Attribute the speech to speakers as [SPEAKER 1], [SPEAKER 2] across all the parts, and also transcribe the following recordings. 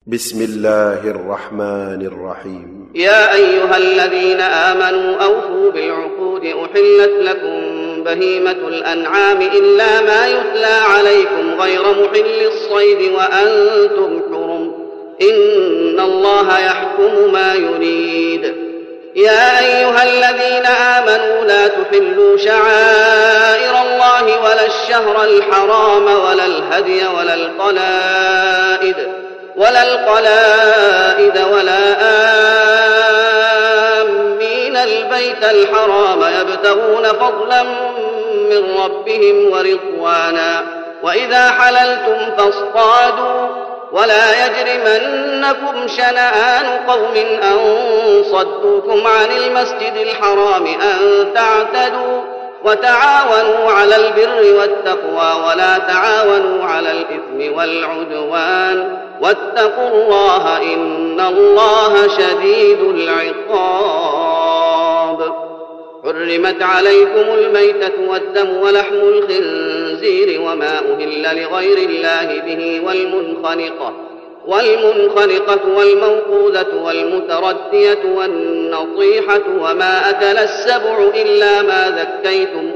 [SPEAKER 1] بسم الله الرحمن الرحيم.
[SPEAKER 2] يا أيها الذين آمنوا أوفوا بالعقود، أحلت لكم بهيمة الأنعام إلا ما يتلى عليكم غير محل الصيد وأنتم حرم، إن الله يحكم ما يريد. يا أيها الذين آمنوا لا تحلوا شعائر الله ولا الشهر الحرام ولا الهدي ولا القلائد ولا آمين البيت الحرام يبتغون فضلا من ربهم ورضوانا، وإذا حللتم فاصطادوا، ولا يجرمنكم شنآن قوم أن صدوكم عن المسجد الحرام أن تعتدوا، وتعاونوا على البر والتقوى ولا تعاونوا على الإثم والعدوان، واتقوا الله إن الله شديد العقاب. حرمت عليكم الميتة والدم ولحم الخنزير وما أهل لغير الله به والمنخنقة والموقوذة والمتردية والنطيحة وما أكل السبع إلا ما ذكيتم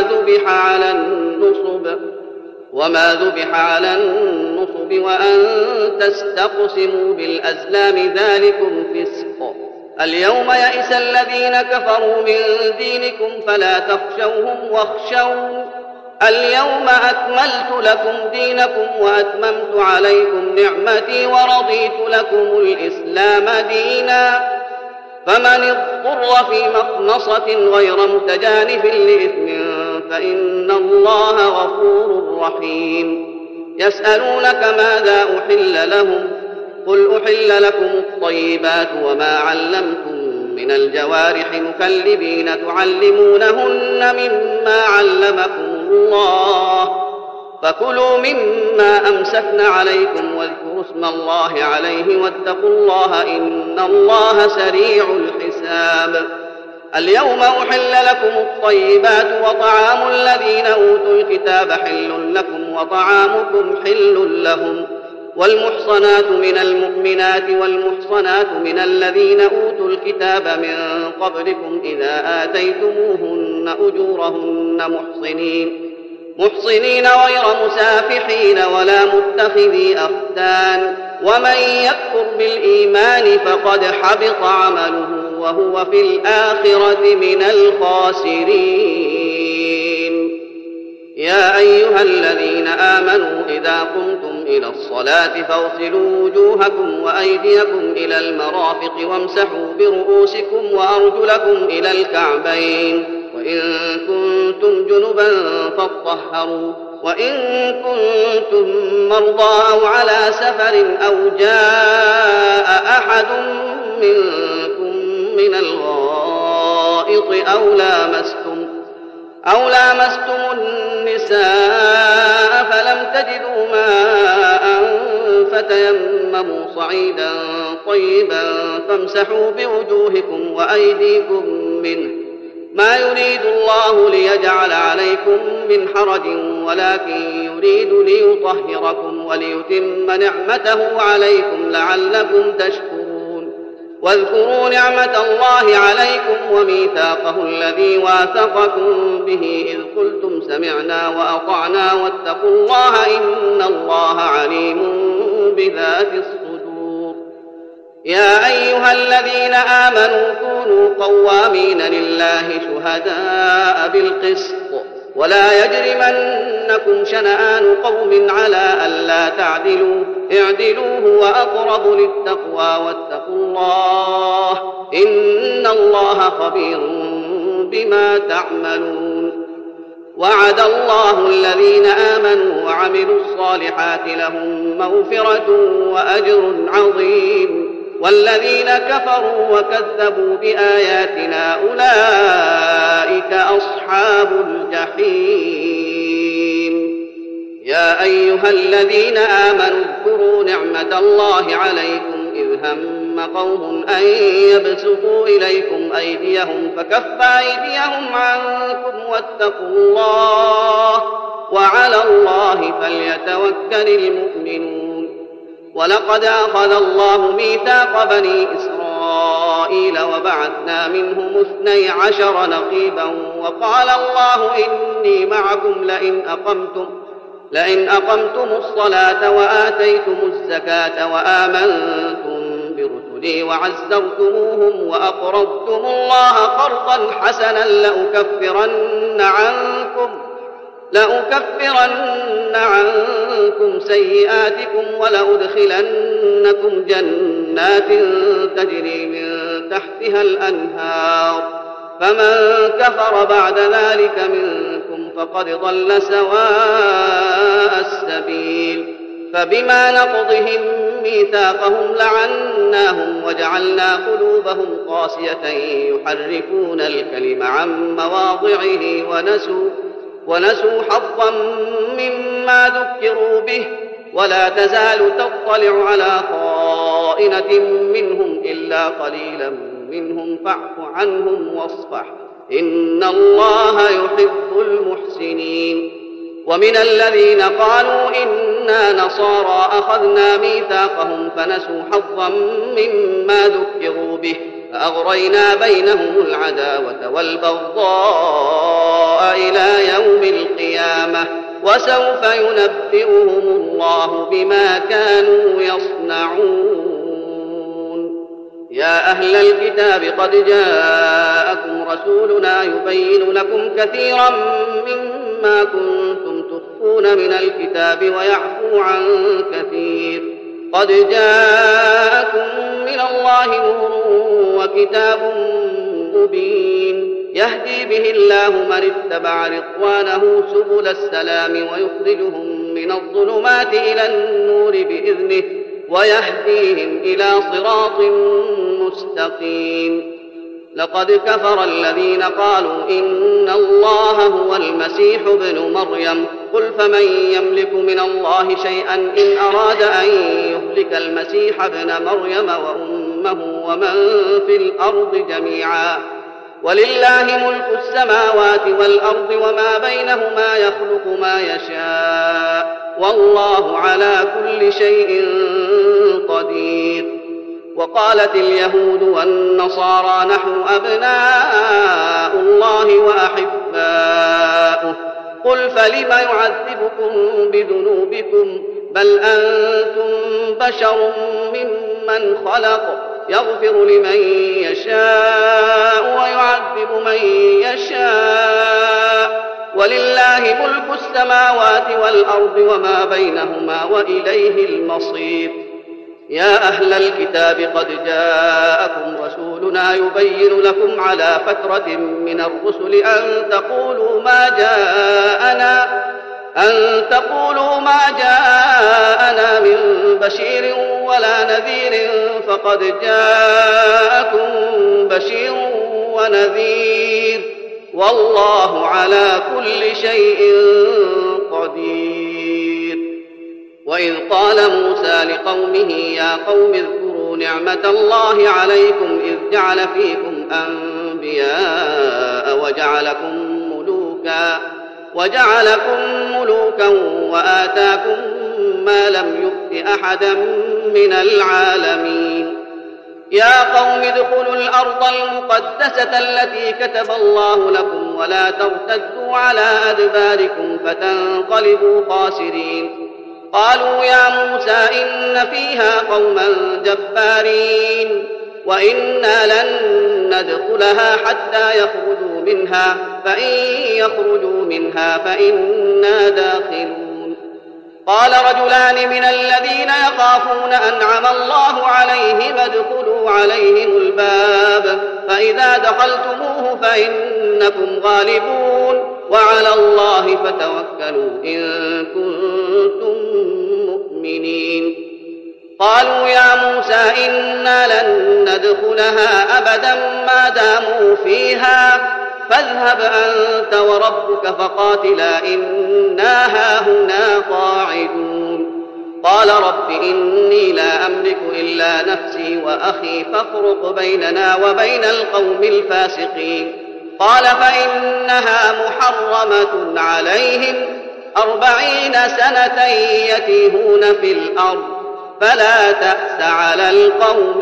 [SPEAKER 2] وما ذبح على النصب وأن تستقسموا بالأزلام ذلكم فسق. اليوم يئس الذين كفروا من دينكم فلا تخشوهم واخشون. اليوم أكملت لكم دينكم وأتممت عليكم نعمتي ورضيت لكم الإسلام دينا، فمن اضطر في مخنصة غير متجانف لإثم فإن الله غفور رحيم. يسألونك ماذا أحل لهم، قل أحل لكم الطيبات وما علمتم من الجوارح مكلبين تعلمونهن مما علمكم الله، فكلوا مما أمسكن عليكم واذكروا اسم الله عليه واتقوا الله إن الله سريع الحساب. اليوم أحل لكم الطيبات وطعام الذين أوتوا الكتاب حل لكم وطعامكم حل لهم، والمحصنات من المؤمنات والمحصنات من الذين أوتوا الكتاب من قبلكم إذا آتيتموهن أجورهن محصنين غير مسافحين ولا متخذي أخدان، ومن يكفر بالإيمان فقد حبط عمله وهو في الآخرة من الخاسرين. يا أيها الذين آمنوا إذا قمتم إلى الصلاة فاغسلوا وجوهكم وأيديكم إلى المرافق وامسحوا برؤوسكم وأرجلكم إلى الكعبين، وإن كنتم جنبا فاطهروا، وإن كنتم مرضى أو على سفر أو جاء أحد منكم من الغائط أو لامستم النساء فلم تجدوا ماء فتيمموا صعيدا طيبا فامسحوا بوجوهكم وأيديكم منه، ما يريد الله ليجعل عليكم من حرج ولكن يريد ليطهركم وليتم نعمته عليكم لعلكم تشكرون. واذكروا نعمة الله عليكم وميثاقه الذي واثقكم به إذ قلتم سمعنا وأطعنا واتقوا الله إن الله عليم بذات الصدور. يا أيها الذين آمنوا كونوا قوامين لله شهداء بالقسط، ولا يجرمنكم شنآن قوم على ألا تعدلوا، اعدلوا هو أقرب للتقوى واتقوا الله إن الله خبير بما تعملون. وعد الله الذين آمنوا وعملوا الصالحات لهم مغفرة وأجر عظيم، والذين كفروا وكذبوا بآياتنا أولئك أصحاب الجحيم. يا أيها الذين آمنوا اذكروا نعمة الله عليكم إذ هم قوم أن يبسطوا إليكم أيديهم فكف أيديهم عنكم واتقوا الله وعلى الله فليتوكل المؤمنون. ولقد أخذ الله ميثاق بني إسرائيل وبعثنا منهم 12 نقيبا وقال الله إني معكم لئن أقمتم الصلاة وآتيتم الزكاة وآمنتم برسلي وعزرتموهم وأقرضتم الله قرضا حسنا لأكفرن عنكم سيئاتكم ولأدخلنكم جنات تجري من تحتها الأنهار فمن كفر بعد ذلك منكم فقد ضل سواء السبيل فبما نقضهم ميثاقهم لعناهم وجعلنا قلوبهم قاسية يحرفون الكلم عن مواضعه ونسوا حظا مما ذكروا به ولا تزال تطلع على خائنة منهم إلا قليلا منهم فاعف عنهم واصفح إن الله يحب المحسنين. ومن الذين قالوا إنا نصارى أخذنا ميثاقهم فنسوا حظا مما ذكروا به فأغرينا بينهم العداوة والبغضاء إلى يوم القيامة وسوف ينبئهم الله بما كانوا يصنعون. يا أهل الكتاب قد جاءكم رسولنا يبين لكم كثيرا مما كنتم تخفون من الكتاب ويعفو عن كثير قد جاءكم من الله نور وكتاب مبين يهدي به الله من اتبع رضوانه سبل السلام ويخرجهم من الظلمات إلى النور بإذنه ويهديهم إلى صراط مستقيم. لقد كفر الذين قالوا إن الله هو المسيح ابن مريم قل فمن يملك من الله شيئا إن أراد أن يهلك المسيح ابن مريم وأمه ومن في الأرض جميعا ولله ملك السماوات والأرض وما بينهما يخلق ما يشاء والله على كل شيء قدير. وقالت اليهود والنصارى نحن أبناء الله وأحباؤه قل فلم يعذبكم بذنوبكم بل أنتم بشر ممن خلق يغفر لمن يشاء ويعذب من يشاء ولله ملك السماوات والأرض وما بينهما وإليه المصير. يا أهل الكتاب قد جاءكم رسولنا يبين لكم على فترة من الرسل أن تقولوا ما جاءنا من بشير ولا نذير فقد جاءكم بشير ونذير والله على كل شيء قدير. وإذ قال موسى لقومه يا قوم اذكروا نعمة الله عليكم إذ جعل فيكم أنبياء وجعلكم ملوكا وآتاكم ما لم يؤت أحدا من العالمين. يا قوم ادخلوا الأرض المقدسة التي كتب الله لكم ولا ترتدوا على أدباركم فتنقلبوا خاسرين. قالوا يا موسى إن فيها قوما جبارين وإنا لن ندخلها حتى يخرجوا منها فإن يخرجوا منها فإنا داخلون. قال رجلان من الذين يخافون أنعم الله عليهم ادخلوا عليهم الباب فإذا دخلتموه فإنكم غالبون وعلى الله فتوكلوا إن كنتم مؤمنين. قالوا يا موسى إنا لن ندخلها أبدا ما داموا فيها فاذهب أنت وربك فقاتلا إنا هاهنا قاعدون. قال رب إني لا أملك إلا نفسي وأخي فافرق بيننا وبين القوم الفاسقين. قال فإنها محرمة عليهم 40 سنة يتيهون في الأرض فلا تأس على القوم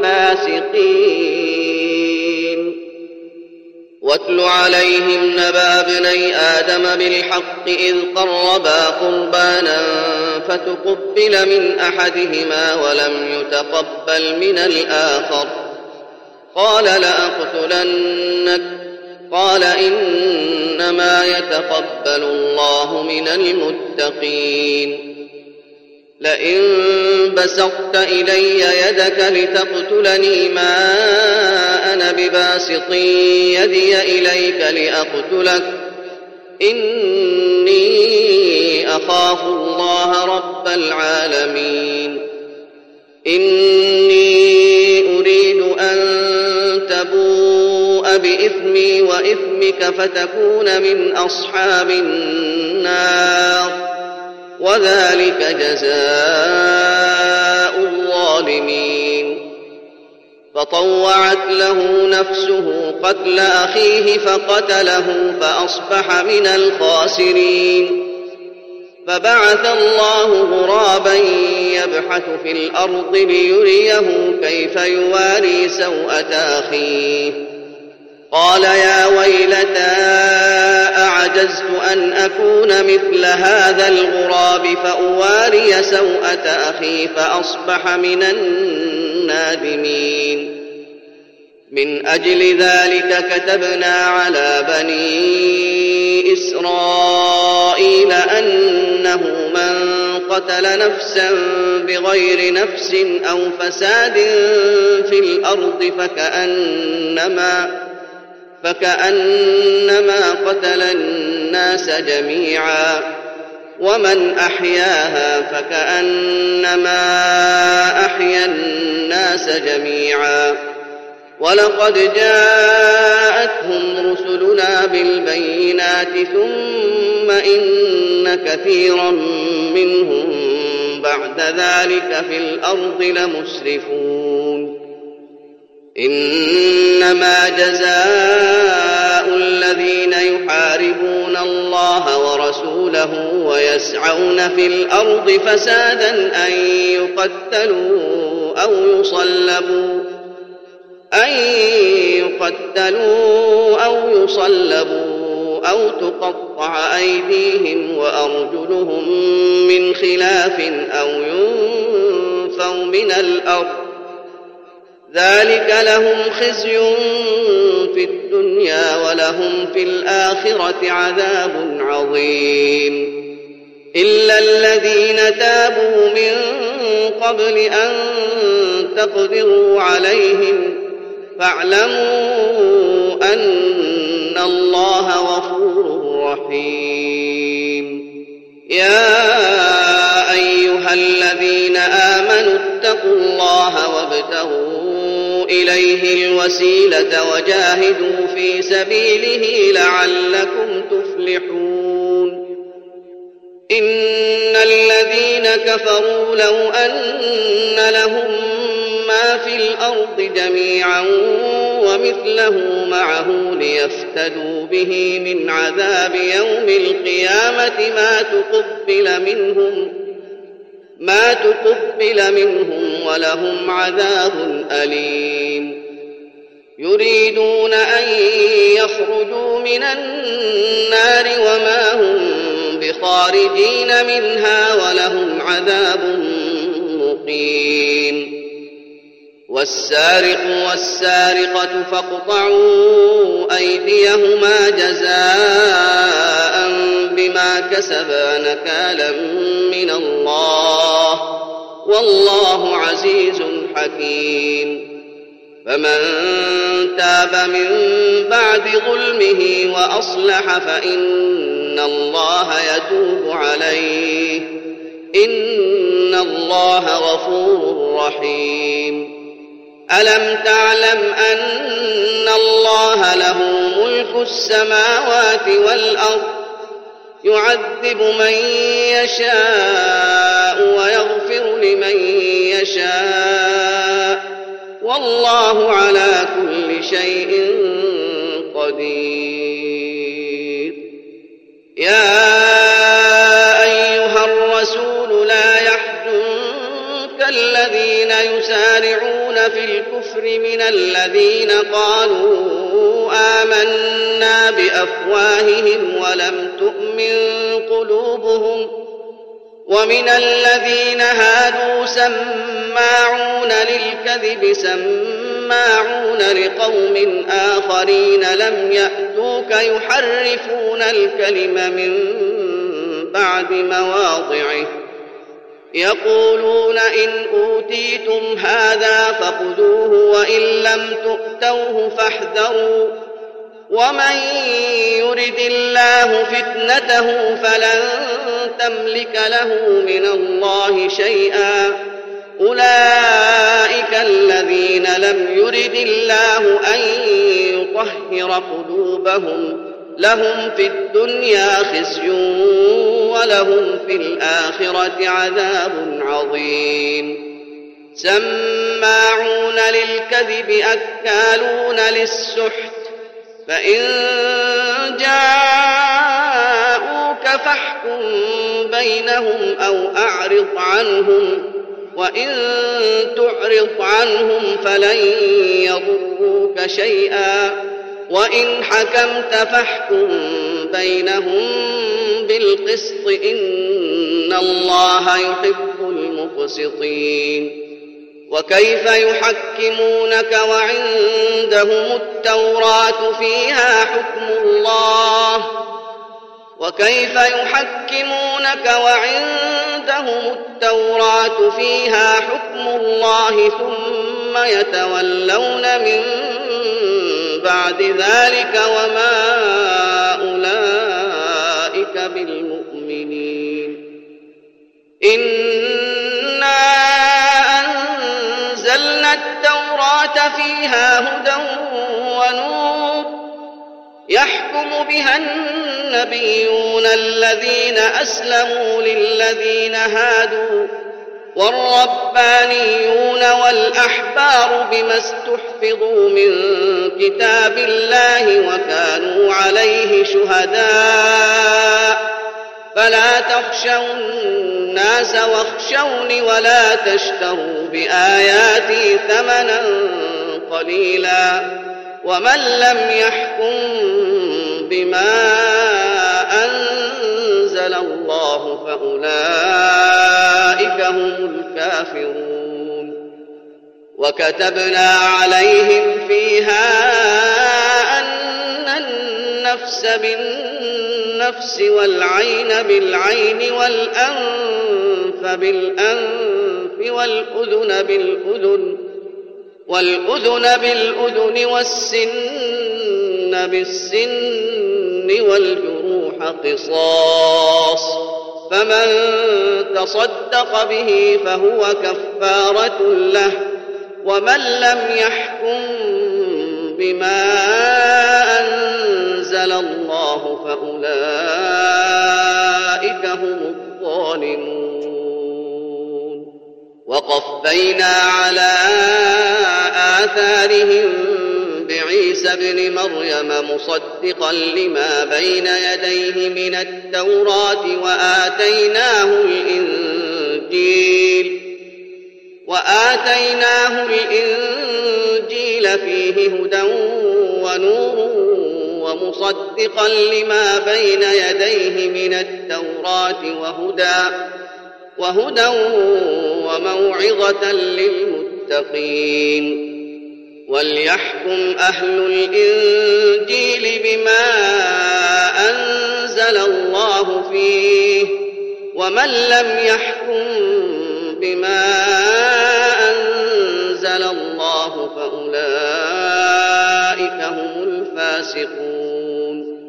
[SPEAKER 2] الفاسقين. واتل عليهم نبأ ابني آدم بالحق إذ قربا قربانا فتقبل من أحدهما ولم يتقبل من الآخر قال لأقتلنك قال إنما يتقبل الله من المتقين. لئن بسطت إلي يدك لتقتلني ما أنا بباسط يدي إليك لأقتلك إني أخاف الله رب العالمين. إني أريد أن تبوء بإثمي وإثمك فتكون من أصحاب النار وذلك جزاء الظالمين. فطوعت له نفسه قتل أخيه فقتله فأصبح من الخاسرين. فبعث الله غرابا يبحث في الأرض ليريه كيف يواري سوءة أخيه قال يا ويلتى أعجزت أن أكون مثل هذا الغراب فأواري سوءة أخي فأصبح من النادمين. من أجل ذلك كتبنا على بني إسرائيل أنه من قتل نفسا بغير نفس أو فساد في الأرض فكأنما قتل الناس جميعا ومن أحياها فكأنما أحيا الناس جميعا. ولقد جاءتهم رسلنا بالبينات ثم إن كثيرا منهم بعد ذلك في الأرض لمسرفون. إنما جزاء الذين يحاربون الله ورسوله ويسعون في الأرض فسادا أن يقتلوا أو يصلبوا أو تقطع أيديهم وأرجلهم من خلاف أو ينفوا من الأرض ذلك لهم خزي في الدنيا ولهم في الآخرة عذاب عظيم. إلا الذين تابوا من قبل أن تقدروا عليهم فاعلموا أن الله غفور رحيم. يا أيها الذين آمنوا اتقوا الله وابتغوا إليه الوسيلة وجاهدوا في سبيله لعلكم تفلحون. إن الذين كفروا لو أن لهم ما في الأرض جميعا ومثله معه ليفتدوا به من عذاب يوم القيامة ما تقبل منهم ولهم عذاب أليم. يريدون أن يخرجوا من النار وما هم بخارجين منها ولهم عذاب مقيم. والسارق والسارقة فاقطعوا أيديهما جزاء بما كسبا نكالا من الله والله عزيز حكيم. فمن تاب من بعد ظلمه وأصلح فإن الله يتوب عليه إن الله غفور رحيم. ألم تعلم أن الله له ملك السماوات والأرض يعذب من يشاء ويغفر لمن يشاء والله على كل شيء قدير. يا أيها الرسول لا يحزنك يسارعون في الكفر من الذين قالوا آمنا بأفواههم ولم تؤمن قلوبهم ومن الذين هادوا سماعون للكذب سماعون لقوم آخرين لم يأتوك يحرفون الكلم من بعد مواضعه يقولون إن أوتيتم هذا فخذوه وإن لم تؤتوه فاحذروا ومن يرد الله فتنته فلن تملك له من الله شيئا أولئك الذين لم يرد الله أن يطهر قلوبهم لهم في الدنيا خزي ولهم في الآخرة عذاب عظيم سماعون للكذب أكالون للسحت فإن جاءوك فاحكم بينهم أو أعرض عنهم وإن تعرض عنهم فلن يضروك شيئا وإن حكمت فاحكم بينهم بالقسط إن الله يحب المقسطين وكيف يحكمونك وعندهم التوراة فيها حكم الله وكيف يحكمونك وعندهم التوراة فيها حكم الله ثم يتولون من بعد ذلك وما أولئك بالمؤمنين إنا أنزلنا التوراة فيها هدى ونور يحكم بها النبيون الذين أسلموا للذين هادوا والربانيون والأحبار بما استحفظوا من كتاب الله وكانوا عليه شهداء فلا تخشوا الناس واخشوني ولا تشتروا بآياتي ثمنا قليلا ومن لم يحكم بما أنزل الله فأولئك هم الكافرون وكتبنا عليهم فيها أن النفس بالنفس والعين بالعين والأنف بالأنف والأذن بالأذن والسن بالسن والجروح قصاص فمن تصدق به فهو كفارة له ومن لم يحكم بما أنزل الله فأولئك هم الظالمون وقفينا على آثارهم بعيسى ابن مريم مصدقا لما بين يديه من التوراة وآتيناه الإنجيل فيه هدى ونور ومصدقا لما بين يديه من التوراة وهدى وموعظة للمتقين وليحكم أهل الإنجيل بما أنزل الله فيه ومن لم يحكم بما أنزل الله فأولئك هم الفاسقون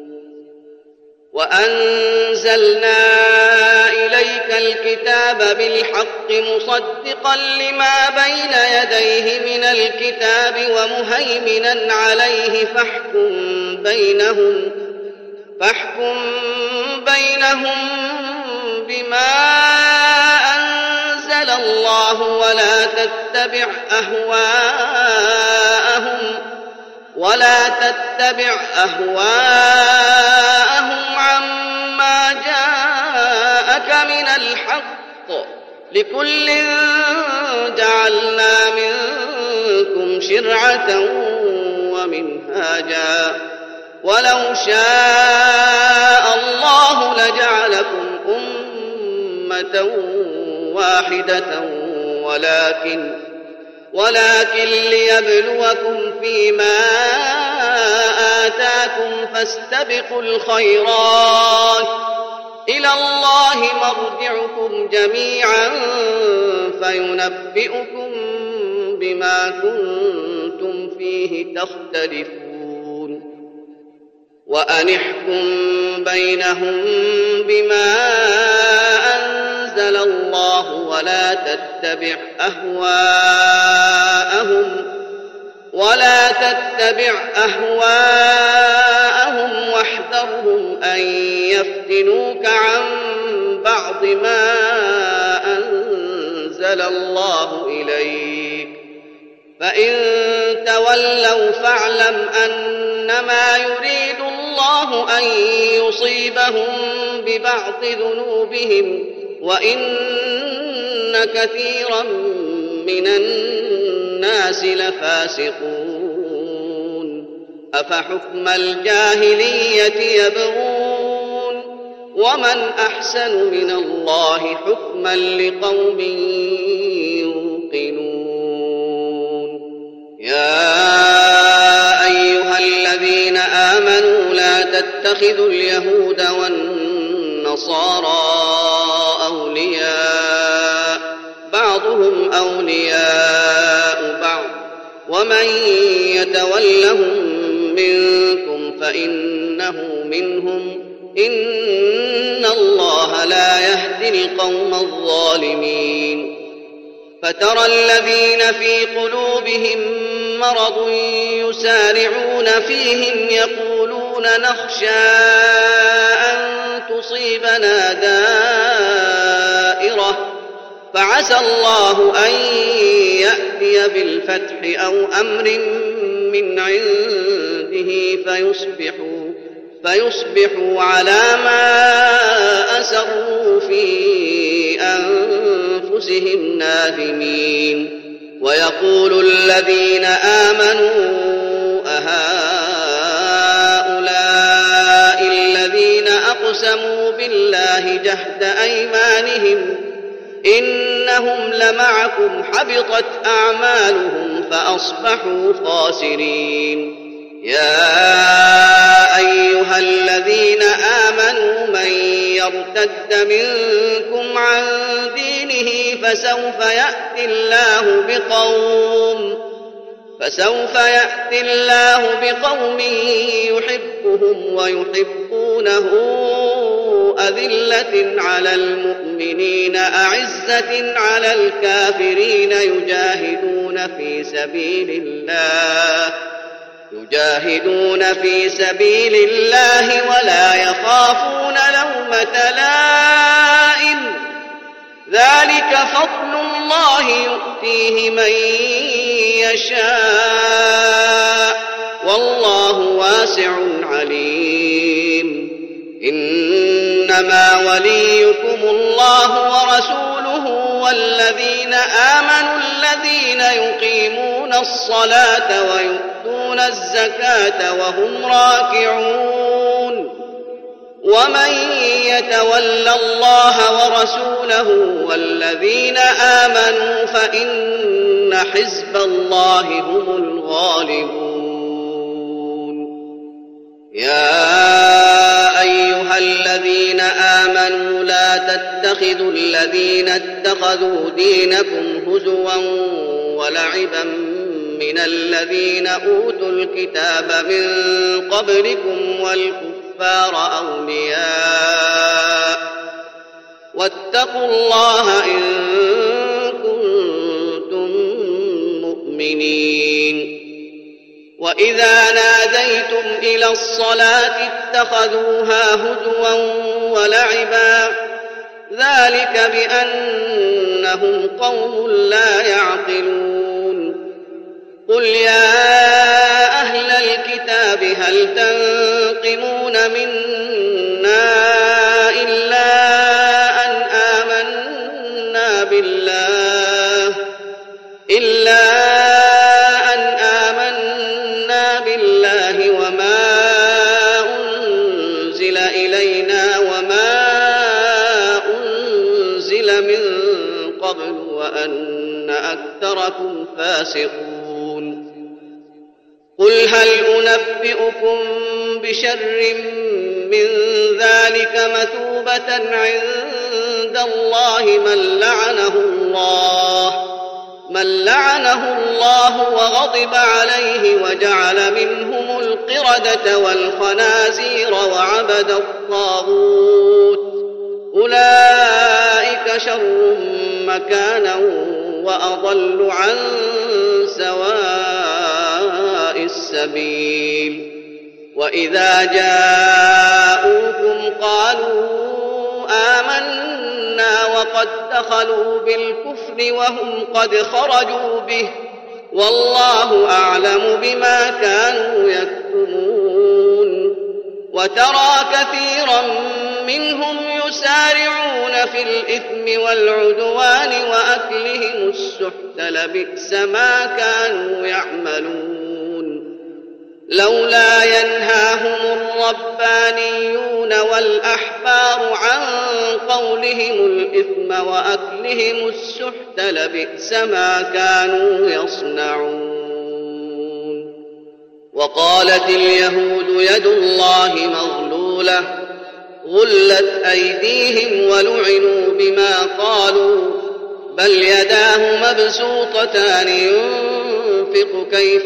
[SPEAKER 2] وأنزلنا إليك الكتاب بالحق مصدقا لما بين يديه من الكتاب ومهيمنا عليه فاحكم بينهم بما أنزل الله ولا تتبع أهواءهم عما جاءك من الحق لكل جعلنا منكم شرعة ومنهاجا ولو شاء الله لجعلكم أمة واحدة ولكن ليبلوكم فيما آتاكم فاستبقوا الخيرات إلى الله مرجعكم جميعا فينبئكم بما كنتم فيه تختلفون وأن احكم بينهم بما أنزل الله ولا تتبع أهواءهم واحذرهم أن يفتنوك عن بعض ما أنزل الله إليك فإن تولوا فاعلم أنما يريد الله أن يصيبهم ببعض ذنوبهم وإن كثيرا من الناس لفاسقون أفحكم الجاهلية يبغون ومن أحسن من الله حكما لقوم يوقنون يا أيها الذين آمنوا لا تتخذوا اليهود والنصارى أولياء بعضهم أولياء بعض ومن يتولهم منكم فإنه منهم إن الله لا يهدي القوم الظالمين فترى الذين في قلوبهم مرض يسارعون فيهم يقولون نخشى أن تصيبنا دائرة فعسى الله أن يأتي بالفتح أو أمر من عنده فيصبحوا على ما أسروا في أنفسهم نادمين ويقول الذين آمنوا أهؤلاء الذين أقسموا بالله جهد أيمانهم إنهم لمعكم حبطت أعمالهم فأصبحوا خاسرين يا أيها الذين آمنوا من يرتد منكم عن دينه فسوف يأتي الله بقوم يحبهم ويحبونه أذلة على المؤمنين أعزة على الكافرين يجاهدون في سبيل الله ولا يخافون لومة لائم ذلك فضل الله يؤتيه من يشاء والله واسع عليم إنما وليكم الله ورسوله والذين آمنوا الذين يقيمون الصلاة ويؤتون الزكاة وهم راكعون ومن يتول الله ورسوله والذين آمنوا فإن حزب الله هم الغالبون يا أيها الذين آمنوا لا تتخذوا الذين اتخذوا دينكم هزوا ولعبا من الذين أوتوا الكتاب من قبلكم والكفار أولياء واتقوا الله إن كنتم مؤمنين وإذا ناديتم إلى الصلاة اتخذوها هزوا ولعبا ذلك بأنهم قوم لا يعقلون قل يا أهل الكتاب هل تنقمون منا إلا أن وأن أكثركم فاسقون قل هل أنبئكم بشر من ذلك مثوبة عند الله من لعنه الله وغضب عليه وجعل منهم القردة والخنازير وعبد الطاغوت أولئك شر مكانا وأضل عن سواء السبيل وإذا جاءوكم قالوا آمنا وقد دخلوا بالكفر وهم قد خرجوا به والله أعلم بما كانوا يكتمون وترى كثيرا منهم يسارعون في الإثم والعدوان وأكلهم السحت لبئس ما كانوا يعملون لولا ينهاهم الربانيون والأحبار عن قولهم الإثم وأكلهم السحت لبئس ما كانوا يصنعون وقالت اليهود يد الله مغلولة غلت أيديهم ولعنوا بما قالوا بل يداه مبسوطتان ينفق كيف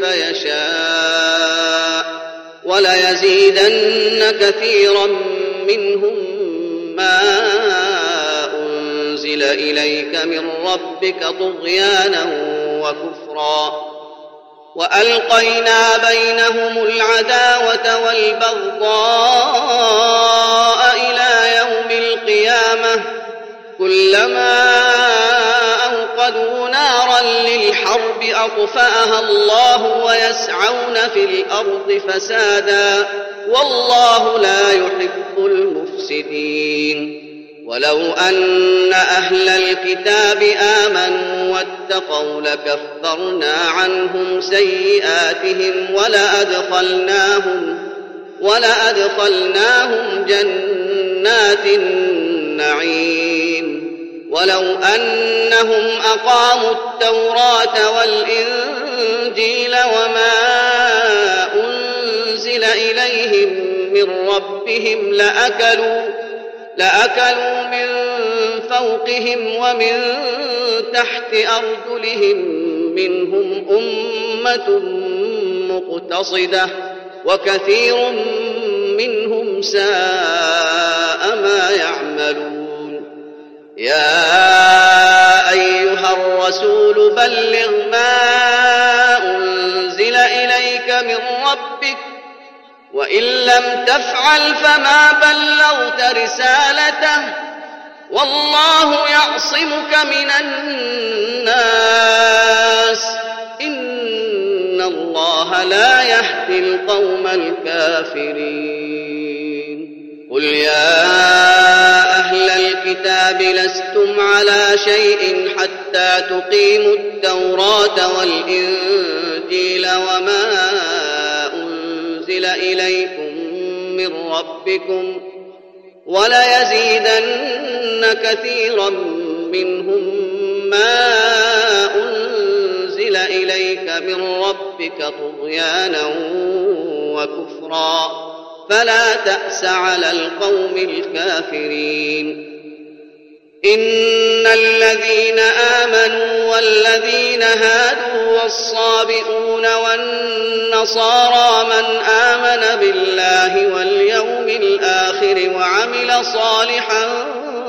[SPEAKER 2] يشاء وليزيدن كثيرا منهم ما أنزل إليك من ربك طغيانا وكفرا وألقينا بينهم العداوة والبغضاء إلى يوم القيامة كلما أوقدوا نارا للحرب أطفأها الله ويسعون في الأرض فسادا والله لا يحب المفسدين ولو أن أهل الكتاب آمنوا واتقوا لكفرنا عنهم سيئاتهم ولأدخلناهم جنات النعيم ولو أنهم أقاموا التوراة والإنجيل وما أنزل إليهم من ربهم لأكلوا من فوقهم ومن تحت أرجلهم منهم أمة مقتصدة وكثير منهم ساء ما يعملون يا أيها الرسول بلغ ما أنزل إليك من ربك وإن لم تفعل فما بلغت رسالته والله يعصمك من الناس إن الله لا يهدي القوم الكافرين قل يا أهل الكتاب لستم على شيء حتى تقيموا التوراة والإنجيل وما أنزل إليكم من ربكم وليزيدن كثيرا منهم ما أنزل إليك من ربك طغيانا وكفرا فلا تأس على القوم الكافرين إن الذين آمنوا والذين هادوا والصابئون والنصارى من آمن بالله واليوم الآخر وعمل صالحا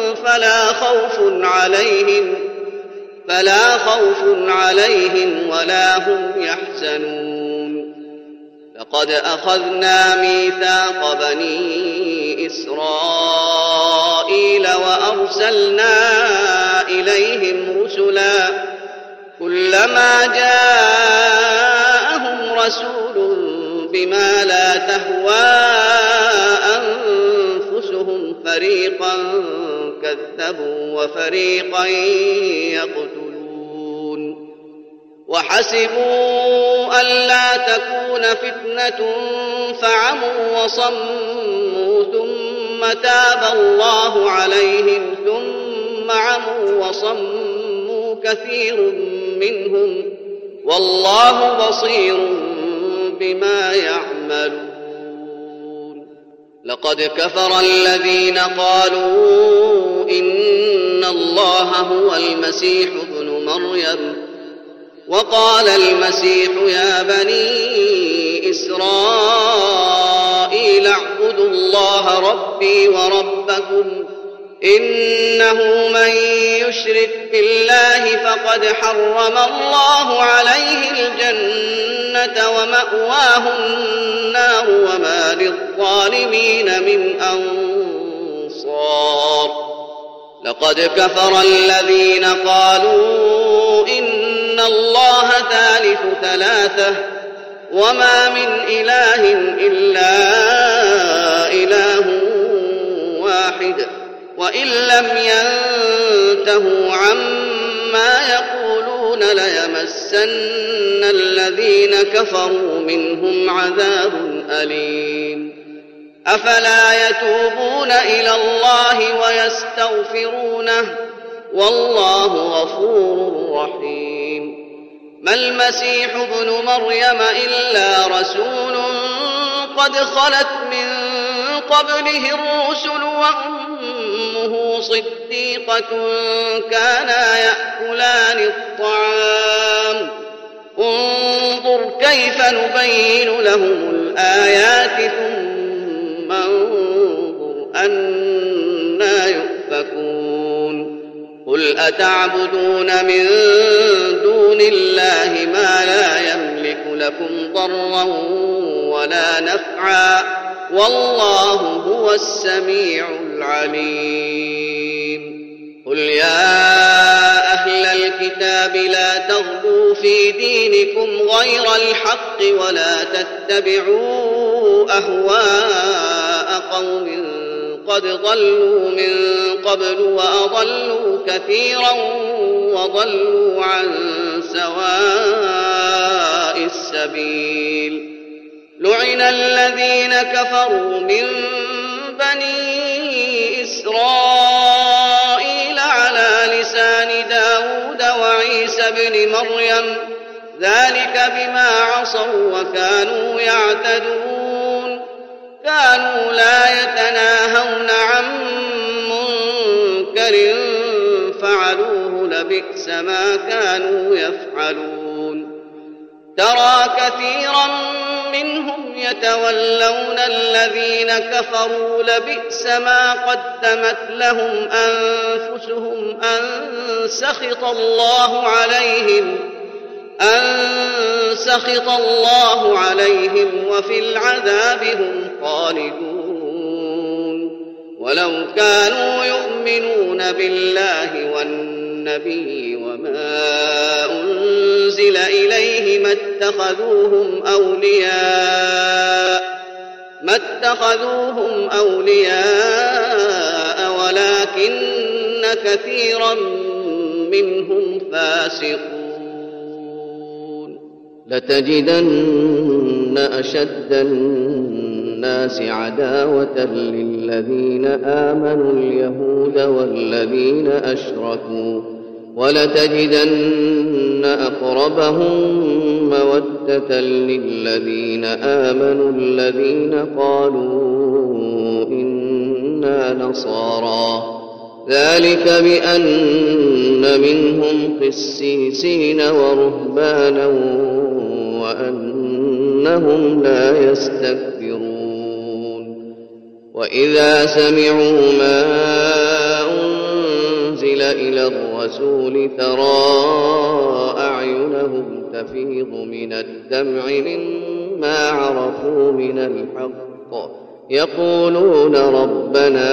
[SPEAKER 2] فلا خوف عليهم ولا هم يحزنون لقد أخذنا ميثاق بني إسرائيل وأرسلنا إليهم رسلا كلما جاءهم رسول بما لا تهوى أنفسهم فريقا كذبوا وفريقا يقتلون وحسبوا ألا تكون فتنة فعموا وصموا ثم تاب الله عليهم ثم عموا وصموا كثير منهم والله بصير بما يعملون. لقد كفر الذين قالوا إن الله هو المسيح ابن مريم وقال المسيح يا بني إسرائيل اعبدوا الله ربي وربكم إنه من يشرك بالله فقد حرم الله عليه الجنة ومأواه النار وما للظالمين من أنصار. لقد كفر الذين قالوا إن الله ثالث ثلاثة وما من إله إلا إله واحد وإن لم ينتهوا عما يقولون ليمسن الذين كفروا منهم عذاب أليم. أفلا يتوبون إلى الله ويستغفرونه والله غفور رحيم. ما المسيح ابن مريم إلا رسول قد خلت من قبله الرسل وأمه صديقة كانا يأكلان الطعام انظر كيف نبين لهم الآيات ثم انظر أنى يؤفكون. قل أتعبدون من دون الله ما لا يملك لكم ضرا ولا نفعا والله هو السميع العليم. قل يا أهل الكتاب لا تغلوا في دينكم غير الحق ولا تتبعوا أهواء قوم قد ضلوا من قبل وأضلوا كثيرا وضلوا عن سواء السبيل. لعن الذين كفروا من بني إسرائيل على لسان داود وعيسى بن مريم ذلك بما عصوا وكانوا يعتدون. كانوا لا يتناهون عن منكر فعلوه لبئس ما كانوا يفعلون. ترى كثيرا منهم يتولون الذين كفروا لبئس ما قدمت لهم أنفسهم أن سخط الله عليهم وفي العذاب هم خالدون. ولو كانوا يؤمنون بالله والنبي وما أنزل إليه ما اتخذوهم أولياء ولكن كثيرا منهم فاسقون. لتجدن أشد الناس عداوة للذين آمنوا اليهود والذين أشركوا ولتجدن أقربهم مودة للذين آمنوا الذين قالوا إنا نصارى ذلك بأن منهم قسيسين ورهبانا وأنهم لا يستكبرون. وإذا سمعوا ما أنزل إلى الرسول ترى أعينهم تفيض من الدمع مما عرفوا من الحق يقولون ربنا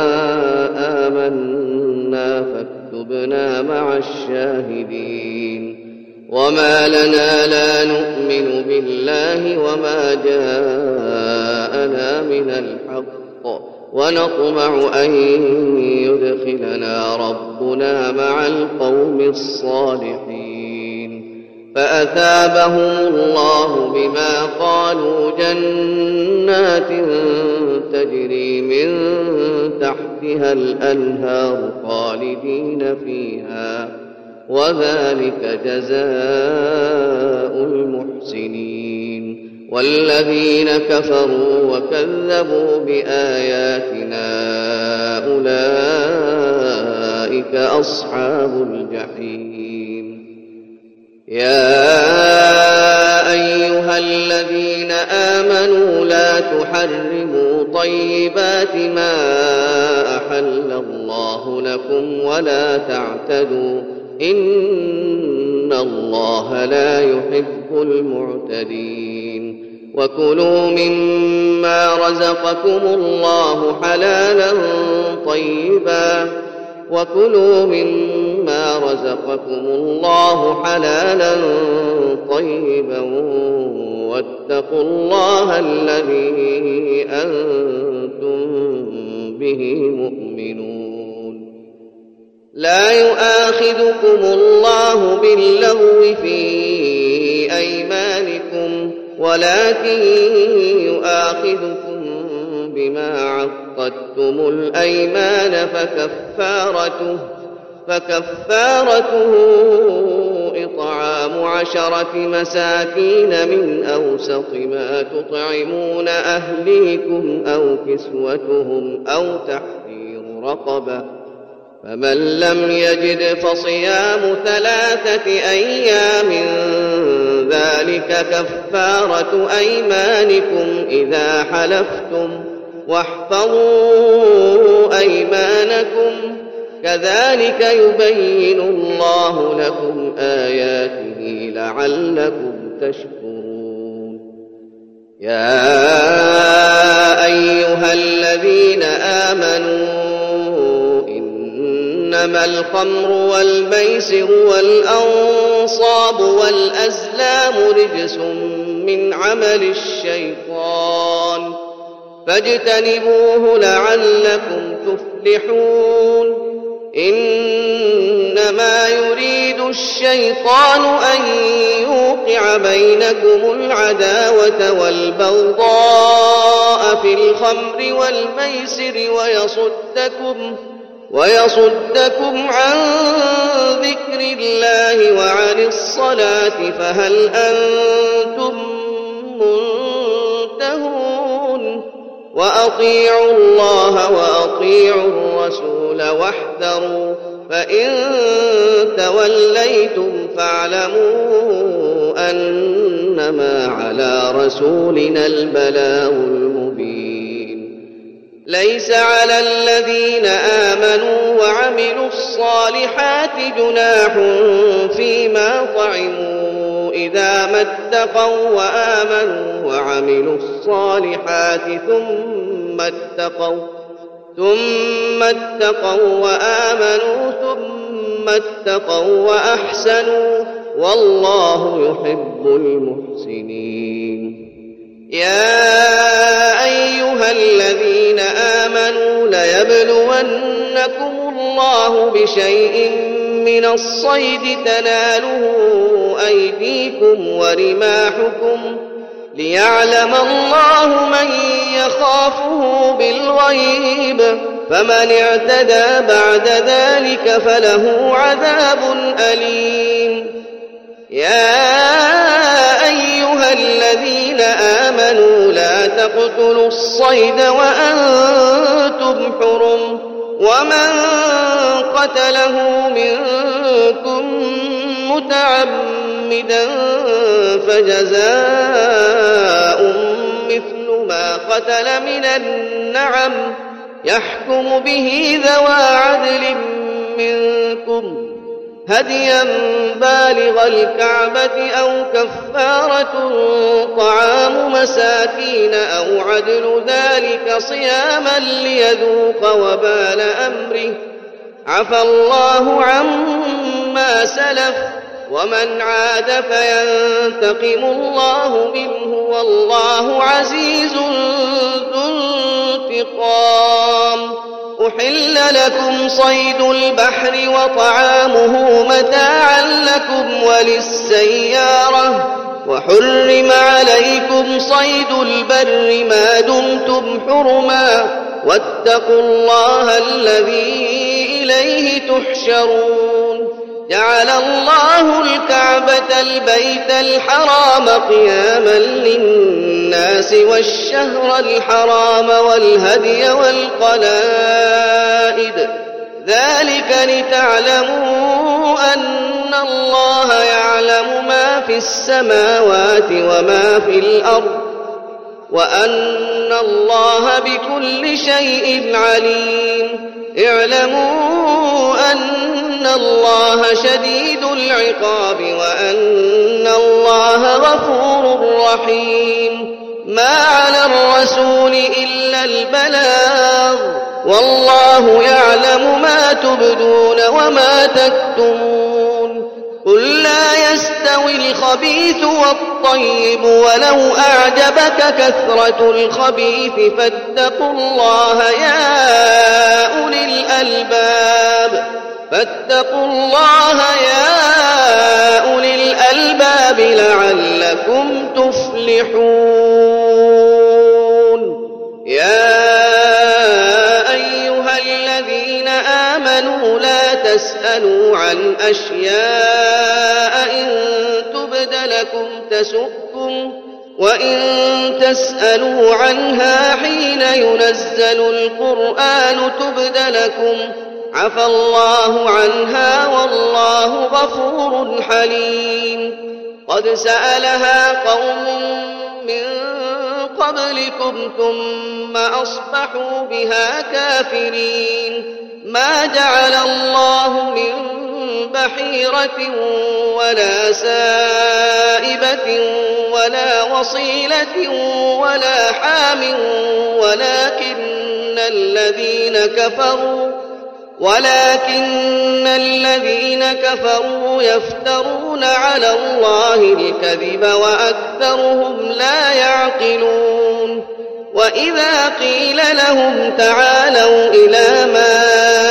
[SPEAKER 2] آمنا فاكتبنا مع الشاهدين. وما لنا لا نؤمن بالله وما جاءنا من الحق ونطمع أن يدخلنا ربنا مع القوم الصالحين. فأثابهم الله بما قالوا جنات تجري من تحتها الأنهار خالدين فيها وذلك جزاء المحسنين. والذين كفروا وكذبوا بآياتنا أولئك أصحاب الجحيم. يا أيها الذين آمنوا لا تحرموا طيبات ما أحل الله لكم ولا تعتدوا إن الله لا يحب المعتدين. وكلوا مما رزقكم الله حلالا طيبا واتقوا الله الذي أنتم به مؤمنون. لا يؤاخذكم الله باللغو في أيمانكم ولكن يؤاخذكم بما عقدتم الأيمان فكفارته إطعام 10 مساكين من أوسط ما تطعمون أهليكم أو كسوتهم أو تحرير رقبة، فمن لم يجد فصيام 3 أيام ذلك كفارة أيمانكم إذا حلفتم، واحفظوا أيمانكم كذلك يبين الله لكم آياته لعلكم تشكرون. يا أيها الذين آمنوا إنما الخمر والميسر والأنصاب والأزلام رجس من عمل الشيطان فاجتنبوه لعلكم تفلحون. إنما يريد الشيطان أن يوقع بينكم العداوة والبغضاء في الخمر والميسر ويصدكم عن ذكر الله وعن الصلاة فهل أنتم منتهون. وأطيعوا الله وأطيعوا الرسول واحذروا، فإن توليتم فاعلموا أنما على رسولنا البلاغ المبين. ليس على الذين آمنوا وعملوا الصالحات جناح فيما طعموا إذا ما اتقوا وآمنوا وعملوا الصالحات ثم اتقوا وآمنوا ثم اتقوا وأحسنوا والله يحب المحسنين. يا أيها الذين آمنوا ليبلونكم الله بشيء من الصيد تناله أيديكم ورماحكم ليعلم الله من يخافه بالغيب، فمن اعتدى بعد ذلك فله عذاب أليم. يا أيها الذين آمنوا لا تقتلوا الصيد وأنتم حرم، ومن قتله منكم متعمدا فجزاء مثل ما قتل من النعم يحكم به ذوى عدل منكم هديا بالغ الكعبة أو كفارة طعام مساكين أو عدل ذلك صياما ليذوق وبال أمره، عفى الله عما سلف، ومن عاد فينتقم الله منه والله عزيز ذو انتقام. أحل لكم صيد البحر وطعامه متاعا لكم وللسيارة، وحرم عليكم صيد البر ما دمتم حرما، واتقوا الله الذي إليه تحشرون. جعل الله الكعبة البيت الحرام قياما للناس والشهر الحرام والهدي والقلائد ذلك لتعلموا أن الله يعلم ما في السماوات وما في الأرض وأن الله بكل شيء عليم اعلموا أن الله شديد العقاب وأن الله غفور رحيم ما على الرسول إلا البلاغ والله يعلم ما تبدون وما تكتمون قل لا يستوي الخبيث والطيب ولو أعجبك كثرة الخبيث فاتقوا الله يا أولي الألباب لعلكم تفلحون يا أيها الذين آمنوا لا تسألوا عن أشياء إن تبد لكم تسؤكم وإن تسألوا عنها حين ينزل القرآن تبد لكم عفى الله عنها والله غفور حليم قد سألها قوم من قبلكم ثم أصبحوا بها كافرين ما جعل الله من بحيرة ولا سائبة ولا وصيلة ولا حام ولكن الذين كفروا يفترون على الله الكذب وأكثرهم لا يعقلون وإذا قيل لهم تعالوا إلى ما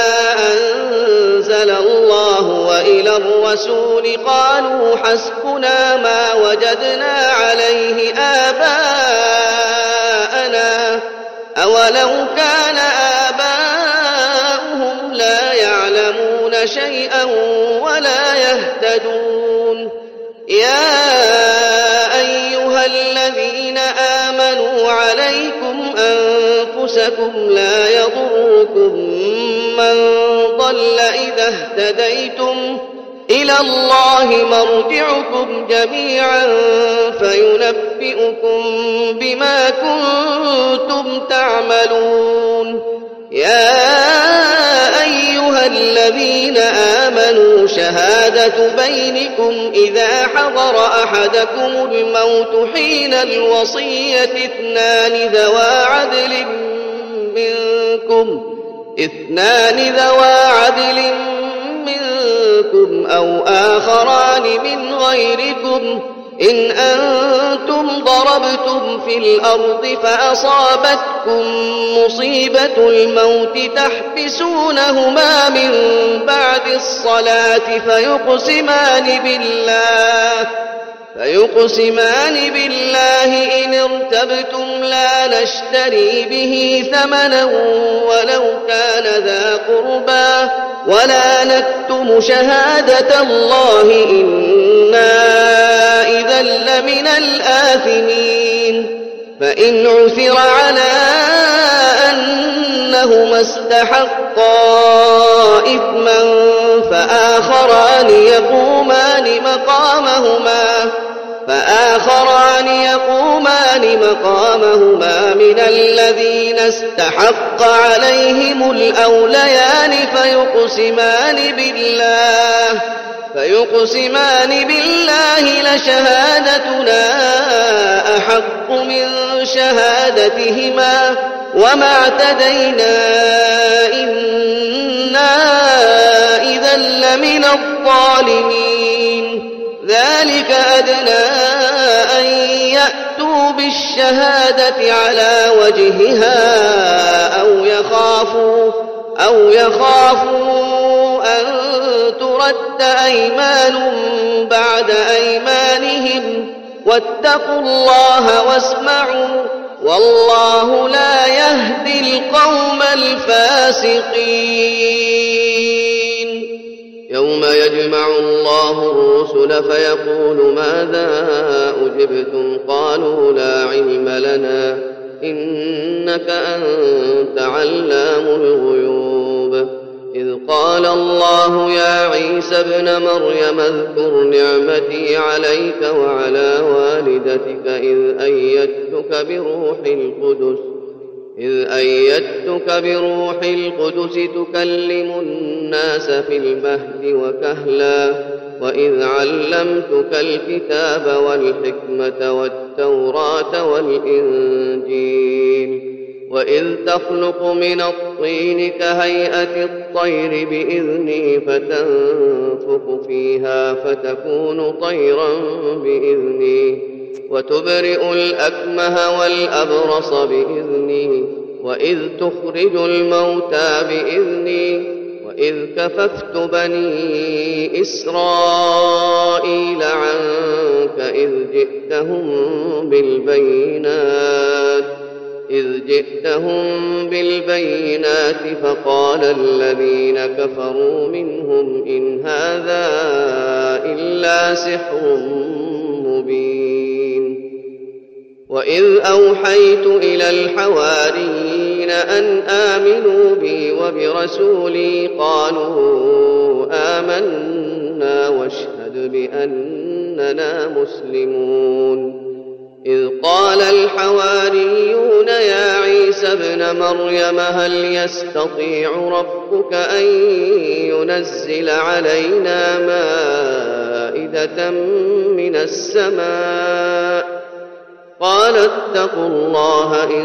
[SPEAKER 2] أنزل الله وإلى الرسول قالوا حسبنا ما وجدنا عليه آباءنا أولو كان آباؤهم لا يعلمون شيئا ولا يهتدون يا أيها الذين آمنوا عليكم أنفسكم لا يضركم من ضل إذا اهتديتم إلى الله مرجعكم جميعا فينبئكم بما كنتم تعملون يا أيها الذين آمنوا شهادة بينكم إذا حضر أحدكم الموت حين الوصية اثنان ذوى عدل منكم أو آخران من غيركم إن أنتم ضربتم في الأرض فأصابتكم مصيبة الموت تحبسونهما من بعد الصلاة فيقسمان بالله إن ارتبتم لا نشتري به ثمنا ولو كان ذا قربى ولا نكتم شهادة الله إنا إذا لمن الآثمين فإن عثر على أنهما استحقا إثما فآخران يقومان مقامهما من الذين استحق عليهم الأوليان فيقسمان بالله لشهادتنا أحق من شهادتهما وما اعتدينا إنا إذا لمن الظالمين ذلك أدنى أن يأتوا بالشهادة على وجهها أو يخافوا أن ترد أيمان بعد أيمانهم واتقوا الله واسمعوا والله لا يهدي القوم الفاسقين يوم يجمع الله الرسل فيقول ماذا أجبتم قالوا لا علم لنا إنك أنت علام الغيوب إذ قال الله يا عيسى ابن مريم اذكر نعمتي عليك وعلى والدتك إذ أيدتك بروح القدس تكلم الناس في المهد وكهلا وإذ علمتك الكتاب والحكمة والتوراة والإنجيل وإذ تخلق من الطين كهيئة الطير بإذني فتنفخ فيها فتكون طيرا بإذني وتبرئ الأكمه والأبرص بإذني وإذ تخرج الموتى بإذني وإذ كففت بني إسرائيل عنك إذ جئتهم بالبينات فقال الذين كفروا منهم إن هذا إلا سحر مبين وإذ أوحيت إلى الحواريين أن آمنوا بي وبرسولي قالوا آمنا واشهد بأننا مسلمون إذ قال الحواريون يا عيسى ابن مريم هل يستطيع ربك أن ينزل علينا مائدة من السماء قال اتقوا الله إن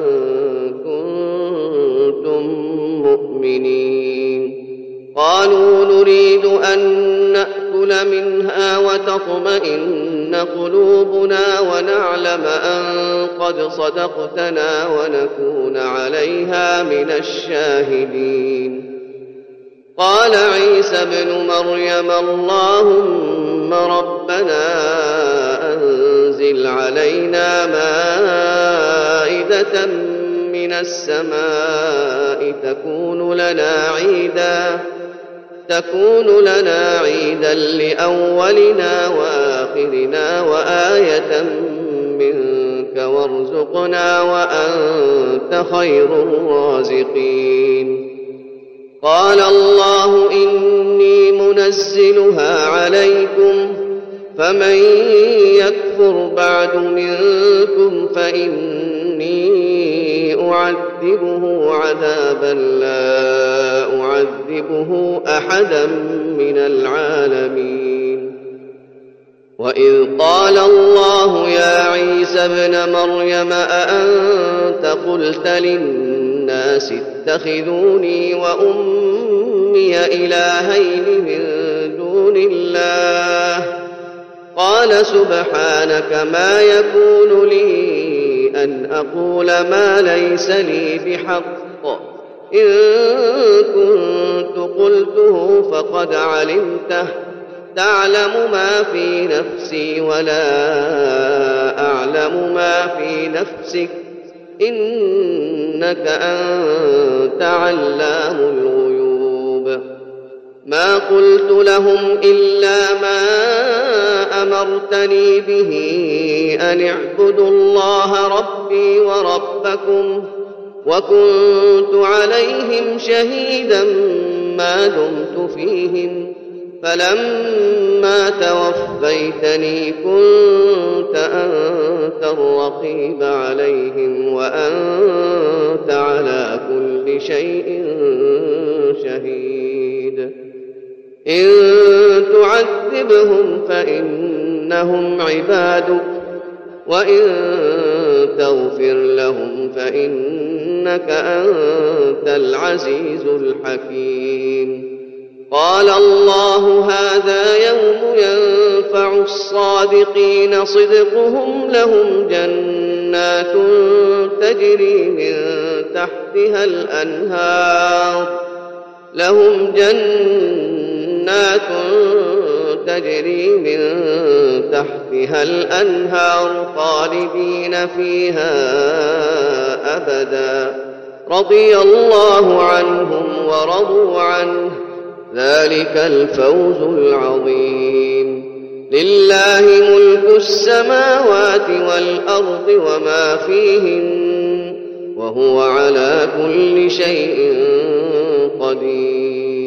[SPEAKER 2] كنتم مؤمنين قالوا نريد أن نأكل منها وتطمئن قلوبنا ونعلم أن قد صدقتنا ونكون عليها من الشاهدين قال عيسى ابن مريم اللهم ربنا أنزل علينا مائدة من السماء تكون لنا عيدا لأولنا وآخرنا وآية منك وارزقنا وأنت خير الرازقين قال الله إني منزلها عليكم فمن يكفر بعد منكم فإني أعذبه عذابا لا أعذبه أحدا من العالمين وإذ قال الله يا عيسى ابن مريم أأنت قلت للناس اتخذوني وأمي إلهين من دون الله قال سبحانك ما يكون لي أن أقول ما ليس لي بحق إن كنت قلته فقد علمته تعلم ما في نفسي ولا أعلم ما في نفسك إنك أنت علام الغيوب ما قلت لهم إلا ما أمرتني به أن اعبدوا الله ربي وربكم وكنت عليهم شهيدا ما دمت فيهم فلما توفيتني كنت أنت الرقيب عليهم وأنت على كل شيء شهيد إن تعذبهم فإنهم عبادك وإن تغفر لهم فإنك أنت العزيز الحكيم قال الله هذا يوم ينفع الصادقين صدقهم لهم جنات تجري من تحتها الأنهار خالدين فيها أبدا رضي الله عنهم ورضوا عنه ذلك الفوز العظيم. لله ملك السماوات والأرض وما فيهن وهو على كل شيء قدير.